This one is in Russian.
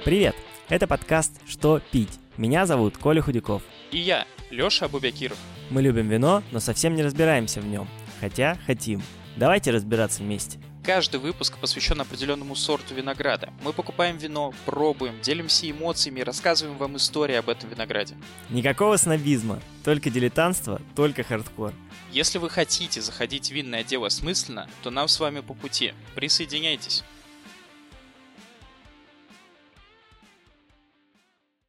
Привет! Это подкаст «Что пить?». Меня зовут Коля Худяков. И я, Лёша Абубякиров. Мы любим вино, но совсем не разбираемся в нем. Хотя хотим. Давайте разбираться вместе. Каждый выпуск посвящен определенному сорту винограда. Мы покупаем вино, пробуем, делимся эмоциями и рассказываем вам истории об этом винограде. Никакого снобизма, только дилетантство, только хардкор. Если вы хотите заходить в винное дело смысленно, то нам с вами по пути. Присоединяйтесь.